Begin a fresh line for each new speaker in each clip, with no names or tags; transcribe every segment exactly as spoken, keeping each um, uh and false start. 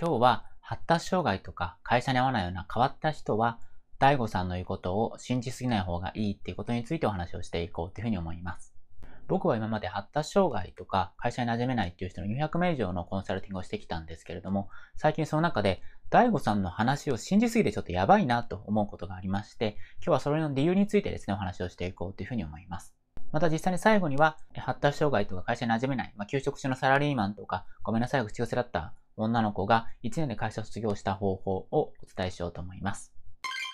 今日は発達障害とか会社に合わないような変わった人は、大悟さんの言うことを信じすぎない方がいいっていうことについてお話をしていこうというふうに思います。僕は今まで発達障害とか会社に馴染めないっていう人のよんひゃくめい以上のコンサルティングをしてきたんですけれども、最近その中で大悟さんの話を信じすぎてちょっとやばいなと思うことがありまして、今日はそれの理由についてですね、お話をしていこうというふうに思います。また実際に最後には、発達障害とか会社に馴染めない、まあ、休職中のサラリーマンとか、ごめんなさい、口癖だった女の子がいちねんで会社を卒業した方法をお伝えしようと思います。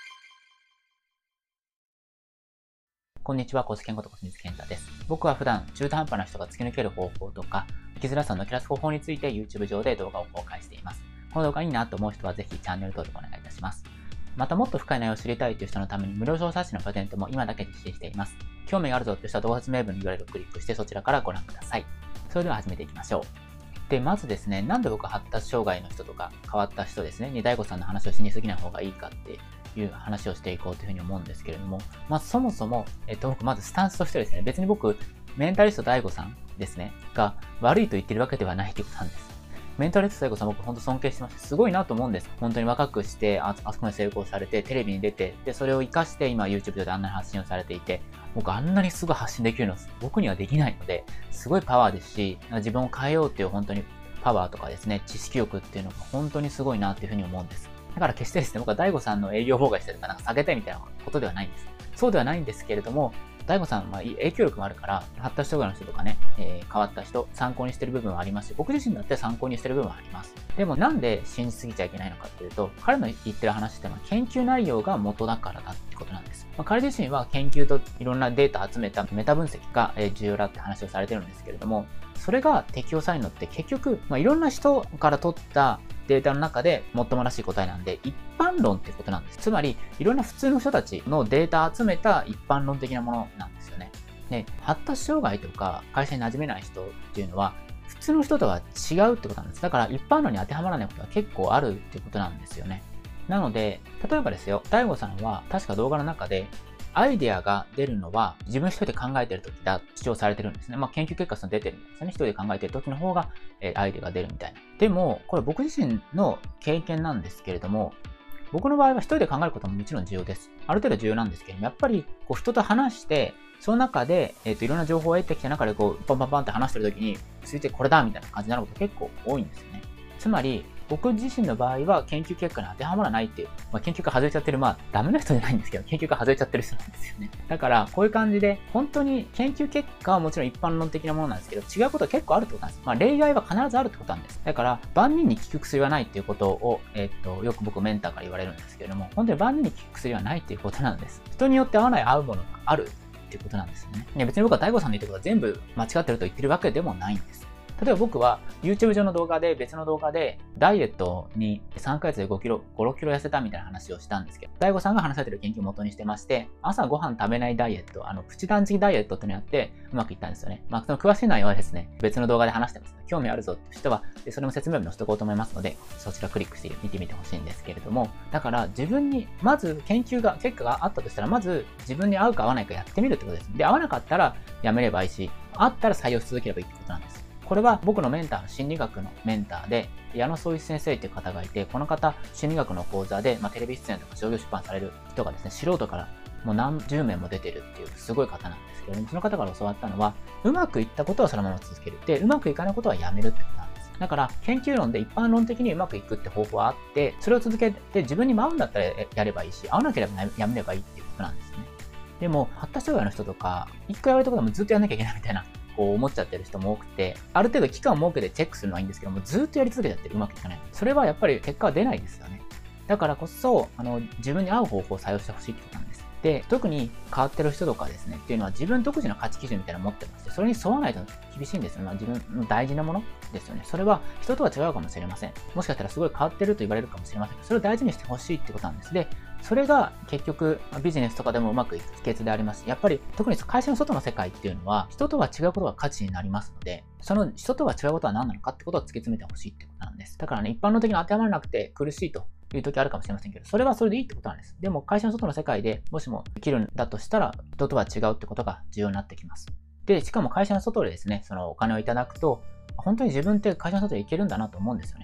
こんにちは、コスケンこと小水健太です。僕は普段、中途半端な人が突き抜ける方法とか、生きづらさを抜け出す方法について YouTube 上で動画を公開しています。この動画いいなと思う人はぜひチャンネル登録お願いいたします。またもっと深い内容を知りたいという人のために無料小冊子のプレゼントも今だけ実施しています。興味があるぞという人は動画説明文の ユーアールエル をクリックしてそちらからご覧ください。それでは始めていきましょう。で、まずですね、なんで僕は発達障害の人とか変わった人ですね、に大悟さんの話をしにすぎない方がいいかっていう話をしていこうというふうに思うんですけれども、まあそもそも、えっと僕まずスタンスとしてですね、別に僕、メンタリスト大悟さんですね、が悪いと言ってるわけではないということなんです。メンタリスト大悟さん僕本当尊敬してまして、すごいなと思うんです。本当に若くして、あ, あそこまで成功されて、テレビに出て、で、それを活かして今 YouTube 上であんなに発信をされていて、僕あんなにすぐ発信できるの僕にはできないので、すごいパワーですし、自分を変えようっていう本当にパワーとかですね、知識欲っていうのが本当にすごいなっていうふうに思うんです。だから決してですね、僕は大悟さんの営業妨害してるかなんか下げたいみたいなことではないんです。そうではないんですけれども、大悟さんは影響力もあるから、発達障害の人とかね、えー、変わった人、参考にしてる部分はありますし、僕自身だって参考にしてる部分はあります。でもなんで信じすぎちゃいけないのかっていうと、彼の言ってる話ってのは研究内容が元だからだってことなんです。まあ、彼自身は研究といろんなデータを集めたメタ分析が重要だって話をされてるんですけれども、それが適用されるのって結局、まあ、いろんな人から取ったデータの中で最もらしい答えなんで、一般論ってことなんです。つまり、いろんな普通の人たちのデータを集めた一般論的なものなんですよね。で、発達障害とか会社に馴染めない人っていうのは、普通の人とは違うってことなんです。だから一般論に当てはまらないことは結構あるってことなんですよね。なので、例えばですよ、大悟さんは確か動画の中で、アイデアが出るのは自分一人で考えてる時だと主張されてるんですね。まあ研究結果その出てるんですよね。一人で考えてる時の方が、えー、アイデアが出るみたいな。でも、これ僕自身の経験なんですけれども、僕の場合は一人で考えることももちろん重要です。ある程度重要なんですけども、やっぱりこう人と話して、その中で、えっと、いろんな情報を得てきた中でこう、パンパンパンって話してる時に、続いてこれだみたいな感じになること結構多いんですよね。つまり、僕自身の場合は研究結果に当てはまらないっていう、まあ、研究が外れちゃってる、まあ、ダメな人じゃないんですけど、研究が外れちゃってる人なんですよね。だから、こういう感じで、本当に研究結果はもちろん一般論的なものなんですけど、違うことは結構あるってことなんです。まあ、例外は必ずあるってことなんです。だから、万人に効く薬はないっていうことを、えっと、よく僕メンターから言われるんですけれども、本当に万人に効く薬はないっていうことなんです。人によって合わない合うものがあるっていうことなんですよね。いや別に僕は大悟さんの言ってることが全部間違ってると言ってるわけでもないんです。例えば僕は YouTube 上の動画で別の動画でダイエットにさんかげつでごキロ、ご、ろっキロ痩せたみたいな話をしたんですけど、大悟さんが話されてる研究を元にしてまして、朝ご飯食べないダイエット、あのプチ断食ダイエットっていうのをやってうまくいったんですよね。まあその詳しい内容はですね、別の動画で話してます。興味あるぞって人は、それも説明文に載せておこうと思いますので、そちらクリックして見てみてほしいんですけれども、だから自分に、まず研究が、結果があったとしたら、まず自分に合うか合わないかやってみるってことです。で、合わなかったらやめればいいし、合ったら採用し続ければいいってことなんです。これは僕のメンターの心理学のメンターで、矢野総一先生という方がいて、この方、心理学の講座で、まあ、テレビ出演とか商業出版される人がですね、素人からもう何十名も出てるっていうすごい方なんですけども、その方から教わったのは、うまくいったことはそのまま続ける。で、うまくいかないことはやめるってことなんです。だから、研究論で一般論的にうまくいくって方法はあって、それを続けて自分に合うんだったらやればいいし、合わなければやめればいいっていうことなんですね。でも、発達障害の人とか、一回やるところでもずっとやらなきゃいけないみたいな、こう思っちゃってる人も多くて、ある程度期間を設けてチェックするのはいいんですけども、ずっとやり続けちゃってるうまくいかない。それはやっぱり結果は出ないですよね。だからこそ、あの、自分に合う方法を採用してほしいってことなんです。で、特に変わってる人とかですね、っていうのは自分独自の価値基準みたいなのを持ってまして、それに沿わないと厳しいんですよ。まあ、自分の大事なものですよね。それは人とは違うかもしれません。もしかしたらすごい変わってると言われるかもしれませんけど、それを大事にしてほしいってことなんです。で、それが結局ビジネスとかでもうまくいく秘訣であります。やっぱり特に会社の外の世界っていうのは人とは違うことが価値になりますので、その人とは違うことは何なのかってことを突き詰めてほしいってことなんです。だからね、一般論的に当てはまらなくて苦しいという時あるかもしれませんけど、それはそれでいいってことなんです。でも会社の外の世界でもしも生きるんだとしたら人とは違うってことが重要になってきます。で、しかも会社の外でですね、そのお金をいただくと、本当に自分って会社の外で行けるんだなと思うんですよね。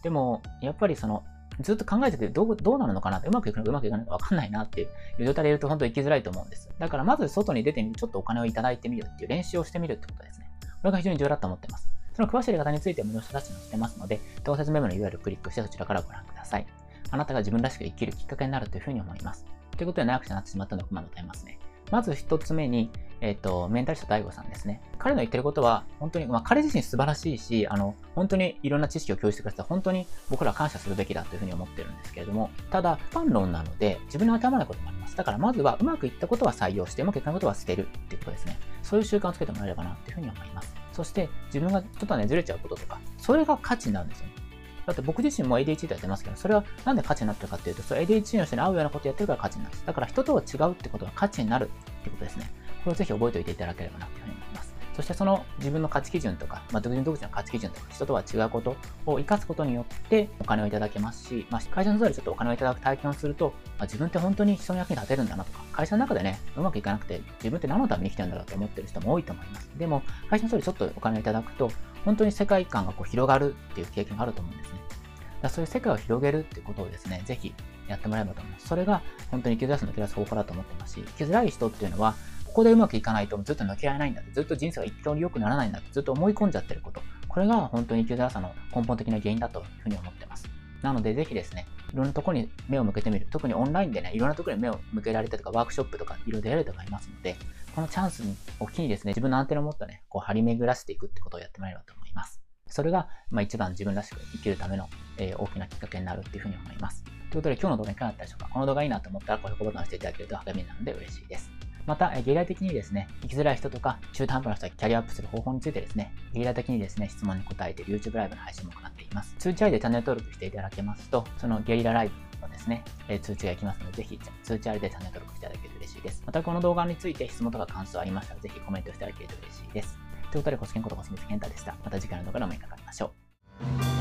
でも、やっぱりその、ずっと考えててどう、どうなるのかなって、うまくいくのかうまくいかないのかわかんないなっていう状態でいると本当に生きづらいと思うんです。だからまず外に出てみる、ちょっとお金をいただいてみるっていう練習をしてみるってことですね。これが非常に重要だと思っています。その詳しいやり方については無料書達にしてますので、動画説明文の ユーアールエル をクリックしてそちらからご覧ください。あなたが自分らしく生きるきっかけになるというふうに思います。ということで長くなってしまったのでここまで答えますね。まず一つ目に、えっと、メンタリスト ダイゴ さんですね。彼の言ってることは、本当に、まあ、彼自身素晴らしいし、あの、本当にいろんな知識を共有してくれて、本当に僕らは感謝するべきだというふうに思ってるんですけれども、ただ、一般論なので、自分に当てはまらないこともあります。だから、まずは、うまくいったことは採用して、うまくいかないことは捨てるっていうことですね。そういう習慣をつけてもらえればなというふうに思います。そして、自分がちょっとね、ずれちゃうこととか、それが価値なんですよね。だって僕自身も エーディーエイチディー とやってますけど、それはなんで価値になってるかっていうと、それ エーディーエイチディー の人に合うようなことをやってるから価値になる。だから人とは違うってことは価値になるってことですね。これをぜひ覚えておいていただければなというふうに思います。そしてその自分の価値基準とか、まあ、独自独自の価値基準とか、人とは違うことを生かすことによってお金をいただけますし、まあ、会社の外でちょっとお金をいただく体験をすると、まあ、自分って本当に人の役に立てるんだなとか、会社の中でね、うまくいかなくて、自分って何のために生きてるんだろうと思ってる人も多いと思います。でも、会社の外でちょっとお金をいただくと、本当に世界観がこう広がるっていう経験があると思うんですね。だそういう世界を広げるっていうことをですね、ぜひやってもらえればと思います。それが本当に生きづらさを抜け出す方法だと思ってますし、生きづらい人っていうのは、ここでうまくいかないとずっと抜けられないんだって、ずっと人生が一向に良くならないんだって、ずっと思い込んじゃってること。これが本当に生きづらさの根本的な原因だというふうに思ってます。なので、ぜひですね、いろんなところに目を向けてみる。特にオンラインでね、いろんなところに目を向けられたりとか、ワークショップとか、いろいろやれるとかいますので、このチャンスを機にですね、自分のアンテナを持ったね、こう張り巡らせていくってことをやってもらえればと思います。それが、まあ、一番自分らしく生きるための、えー、大きなきっかけになるっていうふうに思います。ということで、今日の動画いかがだったでしょうか。この動画いいなと思ったら、高評価ボタンを押していただけると励みになるので嬉しいです。また、ゲリラ的にですね、生きづらい人とか、中途半端な人がキャリアアップする方法についてですね、ゲリラ的にですね、質問に答えている YouTube ライブの配信も行っています。通知 アイディー でチャンネル登録していただけますと、そのゲリラライブのですね、えー、通知が行きますので、ぜひ通知 アイディー でチャンネル登録していただけると嬉しいです。また、この動画について質問とか感想ありましたら、ぜひコメントしていただけると嬉しいです。ということで、コスケンことコスミツケンタでした。また次回の動画でお目にかかりましょう。